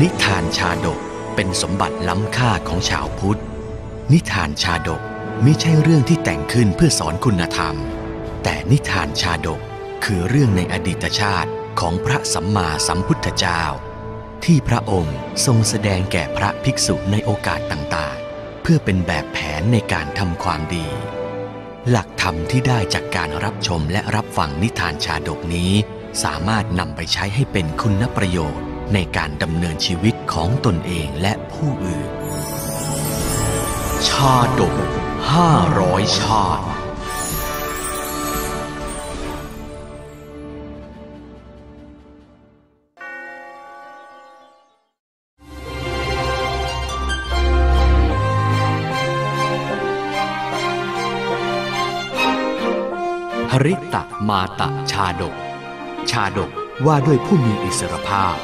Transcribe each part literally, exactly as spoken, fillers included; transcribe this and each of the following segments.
นิทานชาดกเป็นสมบัติล้ำค่าของชาวพุทธนิทานชาดกไม่ใช่เรื่องที่แต่งขึ้นเพื่อสอนคุณธรรมแต่นิทานชาดกคือเรื่องในอดีตชาติของพระสัมมาสัมพุทธเจ้าที่พระองค์ทรงแสดงแก่พระภิกษุในโอกาสต่างๆเพื่อเป็นแบบแผนในการทำความดีหลักธรรมที่ได้จากการรับชมและรับฟังนิทานชาดกนี้สามารถนำไปใช้ให้เป็นคุณประโยชน์ในการดำเนินชีวิตของตนเองและผู้อื่นชาดกห้าร้อยชาติหริตมาตชาดกชาดกว่าด้วยผู้มีอิสรภาพ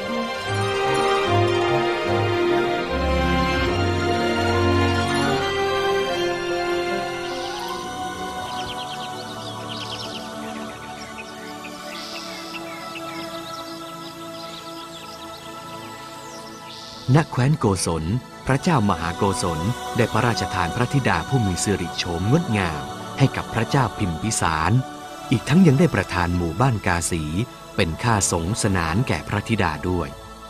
ณแคว้นโกศลพระเจ้ามหาโกศลได้พระราชทานพระธิดาผู้มีสิริโฉมงดงามให้กับพระเจ้าพิมพิสารอีกทั้งยังได้ประทานหมู่บ้านกาสีเป็นค่าสงสนานแก่พระธิดาด้วย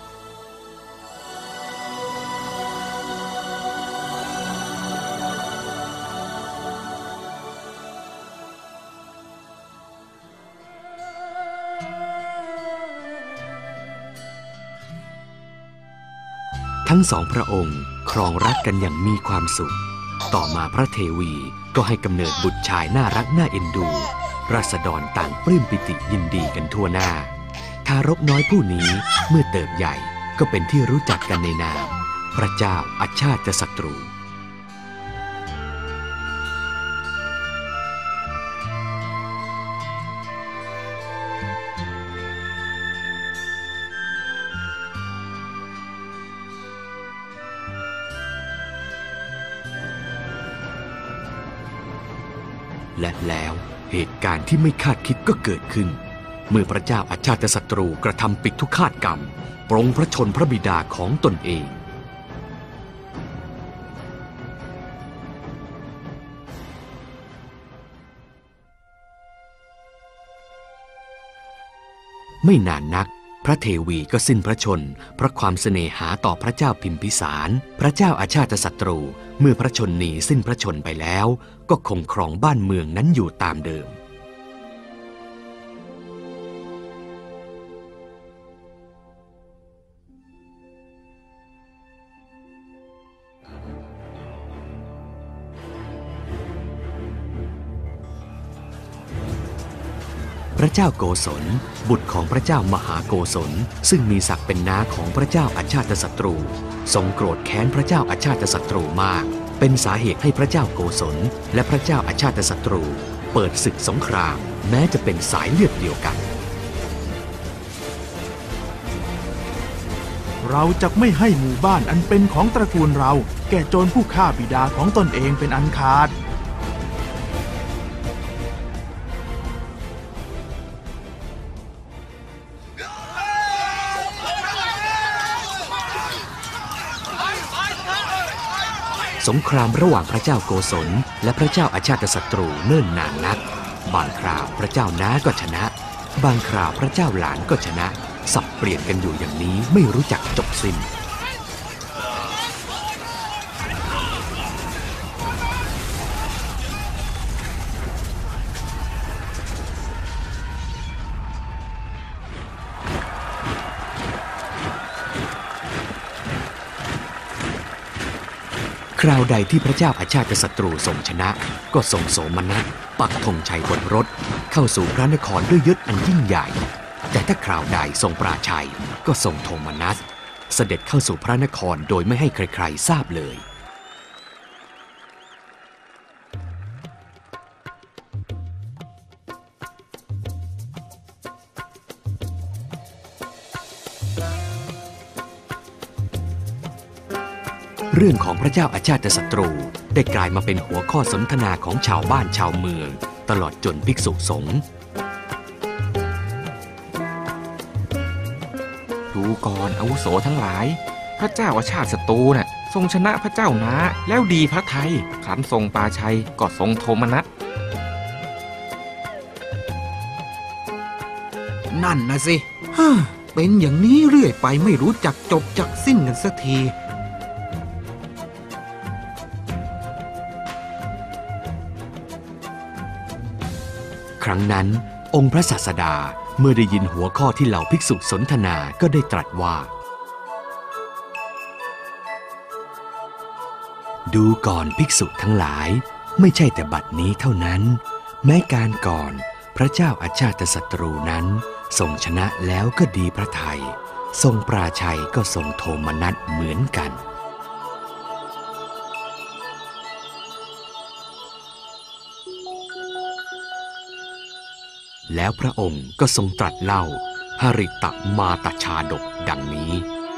ทั้งสองพระองค์ครองรักกันอย่างมีความสุขต่อมาพระเทวีก็ให้กำเนิดบุตรชายน่ารักน่าเอ็นดูราษฎรต่างปลื้มปิติยินดีกันทั่วหน้าทารกน้อยผู้นี้เมื่อเติบใหญ่ก็เป็นที่รู้จักกันในนามพระเจ้าอาชาติศัตรูและแล้วเหตุการณ์ที่ไม่คาดคิดก็เกิดขึ้นเมื่อพระเจ้าอาชาติศัตรูกระทำปิตุฆาตกรรมปรงพระชนพระบิดาของตนเองไม่นานนักพระเทวีก็สิ้นพระชนเพราะความเสน่หาต่อพระเจ้าพิมพิสารพระเจ้าอาชาติศัตรูเมื่อพระชนนีสิ้นพระชนไปแล้วก็คงครองบ้านเมืองนั้นอยู่ตามเดิมพระเจ้าโกศลบุตรของพระเจ้ามหาโกศลซึ่งมีศักดิ์เป็นน้าของพระเจ้าอาชาติศัตรูทรงโกรธแค้นพระเจ้าอาชาติศัตรูมากเป็นสาเหตุให้พระเจ้าโกศลและพระเจ้าอาชาติศัตรูเปิดศึกสงครามแม้จะเป็นสายเลือดเดียวกันเราจะไม่ให้หมู่บ้านอันเป็นของตระกูลเราแก่โจรผู้ฆ่าบิดาของตนเองเป็นอันขาดสงครามระหว่างพระเจ้าโกศลและพระเจ้าอาชาติศัตรูเนิ่นนานนักบางคราวพระเจ้าน้าก็ชนะบางคราวพระเจ้าหลานก็ชนะสับเปลี่ยนกันอยู่อย่างนี้ไม่รู้จักจบสิ้นคราวใดที่พระเจ้าอาชาติศัตรูทรงชนะก็ทรงโสมนัสปักธงชัยบนรถเข้าสู่พระนครด้วยยศอันยิ่งใหญ่แต่ถ้าคราวใดทรงปราชัยก็ทรงโทมนัสเสด็จเข้าสู่พระนครโดยไม่ให้ใครๆทราบเลย เรื่องของพระเจ้าอาชาติศัตรูได้กลายมาเป็นหัวข้อสนทนาของชาวบ้านชาวเมืองตลอดจนภิกษุสงฆ์ดูก่อนอาวุโสทั้งหลายพระเจ้าอาชาติศัตรูน่ะทรงชนะพระเจ้านะแล้วดีพระไทยขันทรงปาชัยก็ทรงโทมนัสนั่นนะสิฮ่าเป็นอย่างนี้เรื่อยไปไม่รู้จักจบจักสิ้นกันสักทีครั้งนั้นองค์พระศาสดาเมื่อได้ยินหัวข้อที่เหล่าภิกษุสนทนาก็ได้ตรัสว่าดูก่อนภิกษุทั้งหลายไม่ใช่แต่บัดนี้เท่านั้นแม้การก่อนพระเจ้าอาชาติศัตรูนั้นทรงชนะแล้วก็ดีพระทัยทรงปราชัยก็ทรงโทมนัสเหมือนกันแล้วพระองค์ก็ทรงตรัสเล่าหริตมาตชาดกดังนี้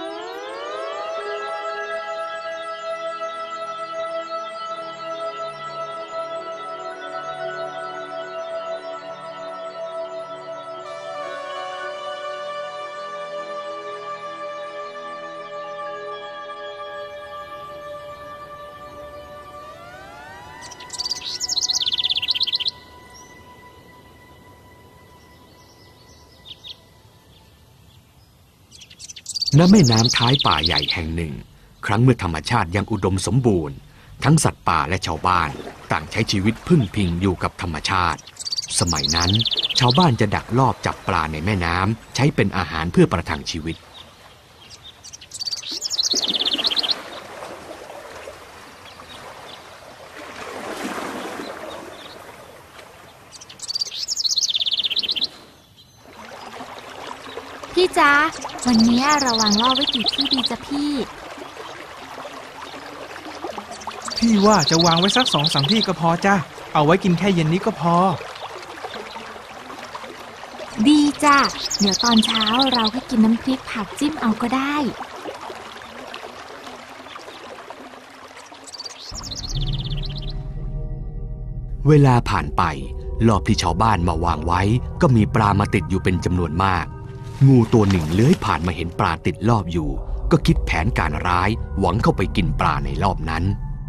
ณแม่น้ำท้ายป่าใหญ่แห่งหนึ่งครั้งเมื่อธรรมชาติยังอุดมสมบูรณ์ทั้งสัตว์ป่าและชาวบ้านต่างใช้ชีวิตพึ่งพิงอยู่กับธรรมชาติสมัยนั้นชาวบ้านจะดักลอบจับปลาในแม่น้ำใช้เป็นอาหารเพื่อประทังชีวิตพี่จ๊ะวันนี้เราวางล่อไว้กี่ที่ดีจ๊ะพี่พี่ว่าจะวางไว้สักสองสามที่ก็พอจ้ะเอาไว้กินแค่เย็นนี้ก็พอดีจ้ะเดี๋ยวตอนเช้าเราก็กินน้ำพริกผักจิ้มเอาก็ได้เวลาผ่านไปรอบที่ชาวบ้านมาวางไว้ก็มีปลามาติดอยู่เป็นจำนวนมากงูตัวหนึ่งเลื้อยผ่านมาเห็นปลาติดรอบอยู่ก็คิดแผนการร้ายหวังเข้าไปกินปลาในรอบนั้น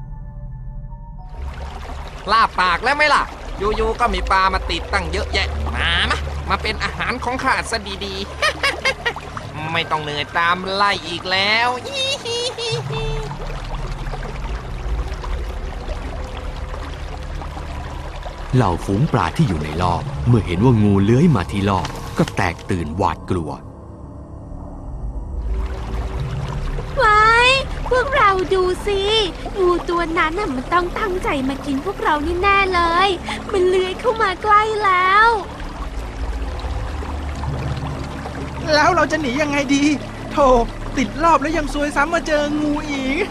ลาบปากแล้วไหมล่ะอยู่ๆก็มีปลามาติดตั้งเยอะแยะมามามาเป็นอาหารของข้าซะดีๆ ไม่ต้องเหนื่อยตามไล่อีกแล้วเหล่าฝูงปลาที่อยู่ในรอบเมื่อเห็นว่างูเลื้อยมาที่รอบก็แตกตื่นหวาดกลัวว้ายพวกเราดูสิงูตัวนั้นน่ะมันต้องตั้งใจมากินพวกเรานี่แน่เลยมันเลื้อยเข้ามาใกล้แล้วแล้วเราจะหนียังไงดีโธ่ติดรอบแล้วยังซวยซ้ำมาเจองูอีก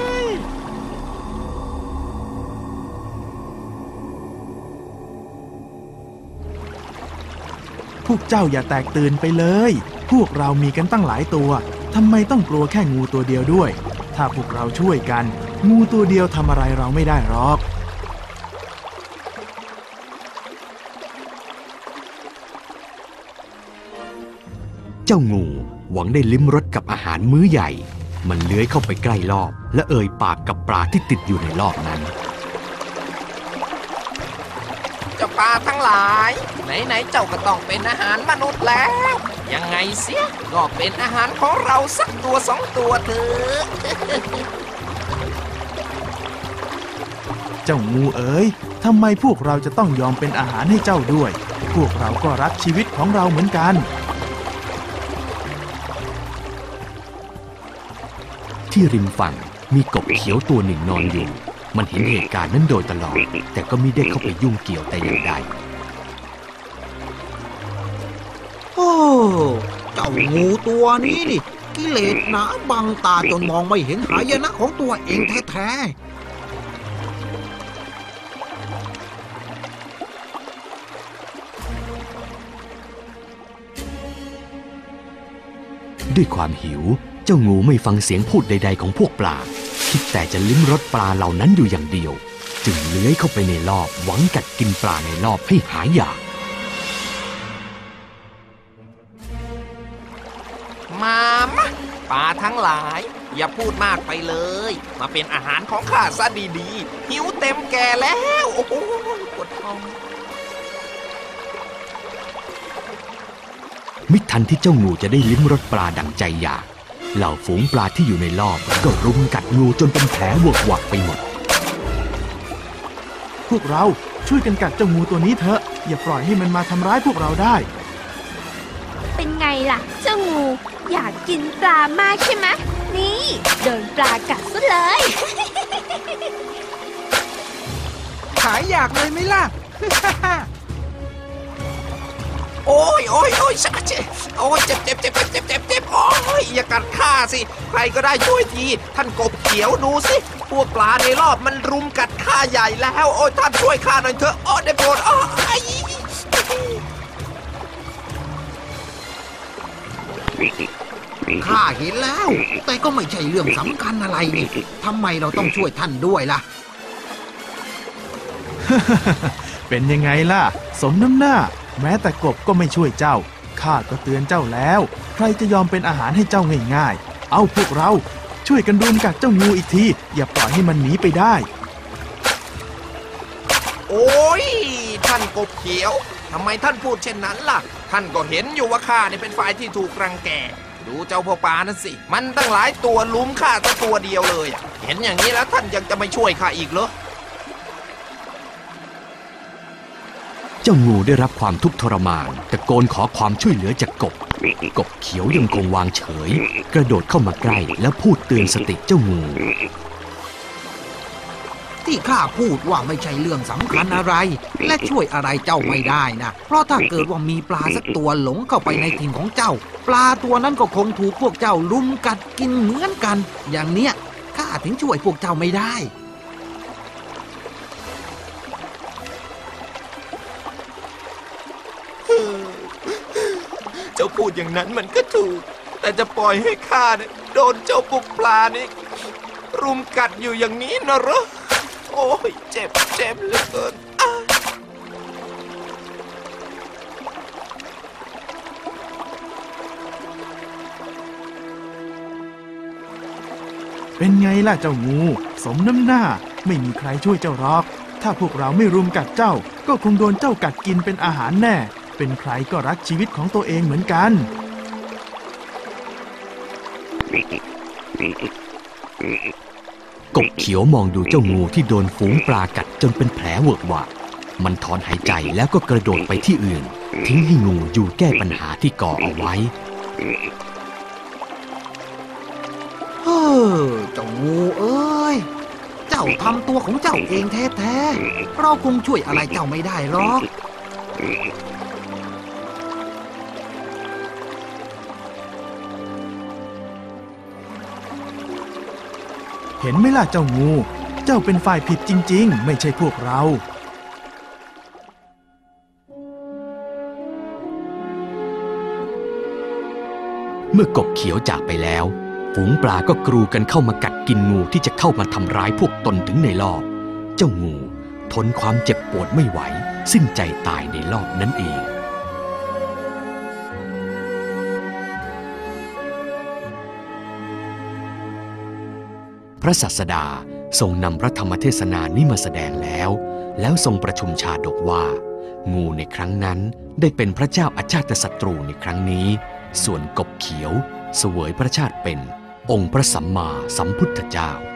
พวกเจ้าอย่าแตกตื่นไปเลยพวกเรามีกันตั้งหลายตัวทำไมต้องกลัวแค่งูตัวเดียวด้วยถ้าพวกเราช่วยกันงูตัวเดียวทำอะไรเราไม่ได้หรอกเจ้างูหวังได้ลิ้มรสกับอาหารมื้อใหญ่มันเลื้อยเข้าไปใกล้รอบและเอ่ยปากกับปลาที่ติดอยู่ในรอบนั้นเจ้าปลาทั้งหลายไหนๆเจ้าก็ต้องเป็นอาหารมนุษย์แล้วยังไงเสียก็เป็นอาหารของเราสักตัวสองตัวเถอะเจ้างูเอ๋ยทำไมพวกเราจะต้องยอมเป็นอาหารให้เจ้าด้วยพวกเราก็รักชีวิตของเราเหมือนกันที่ริมฝั่งมีกบเขียวตัวหนึ่งนอนอยู่มันเห็นเหตุการณ์นั้นโดยตลอดแต่ก็ไม่ได้เข้าไปยุ่งเกี่ยวแต่อย่างใดโอ้เจ้างูตัวนี้นี่กิเลสหนาบังตาจนมองไม่เห็นหายนะของตัวเองแท้ๆด้วยความหิวเจ้างูไม่ฟังเสียงพูดใดๆของพวกปลาคิดแต่จะลิ้มรสปลาเหล่านั้นอยู่อย่างเดียวจึงเลื้อยเข้าไปในรอบหวังกัดกินปลาในรอบให้หายอยากมามะปลาทั้งหลาย อย่าพูดมากไปเลย มาเป็นอาหารของข้าซะดีๆหิวเต็มแก่แล้วโอ้โหปวดท้องมิทันที่เจ้างูจะได้ลิ้มรสปลาดั่งใจอยากเหล่าฝูงปลาที่อยู่ในรอบก็รุมกัดงูจนเป็นแผลเวอะหวะไปหมดพวกเราช่วยกันกัดเจ้างูตัวนี้เถอะอย่าปล่อยให้มันมาทำร้ายพวกเราได้เป็นไงล่ะเจ้างูอยากกินปลามากใช่ไหมนี่โดนปลากัดซะเลยขายอยากเลยไหมล่ะโอ้ยโอ้ยโอ้ยชักเจ็บโอ้ยเจ็บเจ็บเจ็บเจ็บเจ็บเจ็บเจ็บโอ้ยอย่ากัดข้าสิใครก็ได้ช่วยทีท่านกบเขียวดูสิพวกปลาในรอบมันรุมกัดข้าใหญ่แล้วโอ้ยท่านช่วยข้าหน่อยเถอะโอ้ได้โปรดโอ้ยข้าเห็นแล้วแต่ก็ไม่ใช่เรื่องสำคัญอะไรนี่ทำไมเราต้องช่วยท่านด้วยล่ะเป็นยังไงล่ะสมน้ำหน้าแม้แต่กบก็ไม่ช่วยเจ้าข้าก็เตือนเจ้าแล้วใครจะยอมเป็นอาหารให้เจ้าง่ายๆเอาพวกเราช่วยกันรุมกัดเจ้างูอีกทีอย่าปล่อยให้มันหนีไปได้โอ้ยท่านกบเขียวทำไมท่านพูดเช่นนั้นล่ะท่านก็เห็นอยู่ว่าข้าเนี่ยเป็นฝ่ายที่ถูกรังแกดูเจ้าพวกปลานั่นสิมันตั้งหลายตัวลุมข้าแต่ตัวเดียวเลยเห็นอย่างนี้แล้วท่านยังจะไม่ช่วยข้าอีกเหรอเจ้างูได้รับความทุกข์ทรมานตะโกนขอความช่วยเหลือจากกบกบเขียวยังคงวางเฉยกระโดดเข้ามาใกล้แล้วพูดเตือนสติเจ้างูที่ข้าพูดว่าไม่ใช่เรื่องสำคัญอะไรและช่วยอะไรเจ้าไม่ได้นะเพราะถ้าเกิดว่ามีปลาสักตัวหลงเข้าไปในถิ่นของเจ้าปลาตัวนั้นก็คงถูกพวกเจ้าลุมกัดกินเหมือนกันอย่างเนี้ยข้าถึงช่วยพวกเจ้าไม่ได้เจ้าพูดอย่างนั้นมันก็ถูกแต่จะปล่อยให้ข้าเนี่ยโดนเจ้าพวกปลานี่รุมกัดอยู่อย่างนี้นะเหรอโอ้ยเจ็บเจ็บเหลือเกินเป็นไงล่ะเจ้างูสมน้ำหน้าไม่มีใครช่วยเจ้าหรอกถ้าพวกเราไม่รุมกัดเจ้าก็คงโดนเจ้ากัดกินเป็นอาหารแน่เป็นใครก็รักชีวิตของตัวเองเหมือนกันกบเขียวมองดูเจ้างูที่โดนฝูงปลากัดจนเป็นแผลเวอะหวะมันถอนหายใจแล้วก็กระโดดไปที่อื่นทิ้งให้งูอยู่แก้ปัญหาที่ก่อเอาไว้เฮ้อเจ้างูเอ้ยเจ้าทำตัวของเจ้าเองแท้ๆเราคงช่วยอะไรเจ้าไม่ได้หรอกเห็นไหมล่ะเจ้างูเจ้าเป็นฝ่ายผิดจริงๆไม่ใช่พวกเราเมื่อกบเขียวจากไปแล้วฝูงปลาก็กรูกันเข้ามากัดกินงูที่จะเข้ามาทำร้ายพวกตนถึงในรอบเจ้างูทนความเจ็บปวดไม่ไหวสิ้นใจตายในรอบนั้นเองพระศาสดาทรงนำพระธรรมเทศนานี้มาแสดงแล้วแล้วทรงประชุมชาดกว่างูในครั้งนั้นได้เป็นพระเจ้าอาชาติศัตรูในครั้งนี้ส่วนกบเขียวเสวยพระชาติเป็นองค์พระสัมมาสัมพุทธเจ้า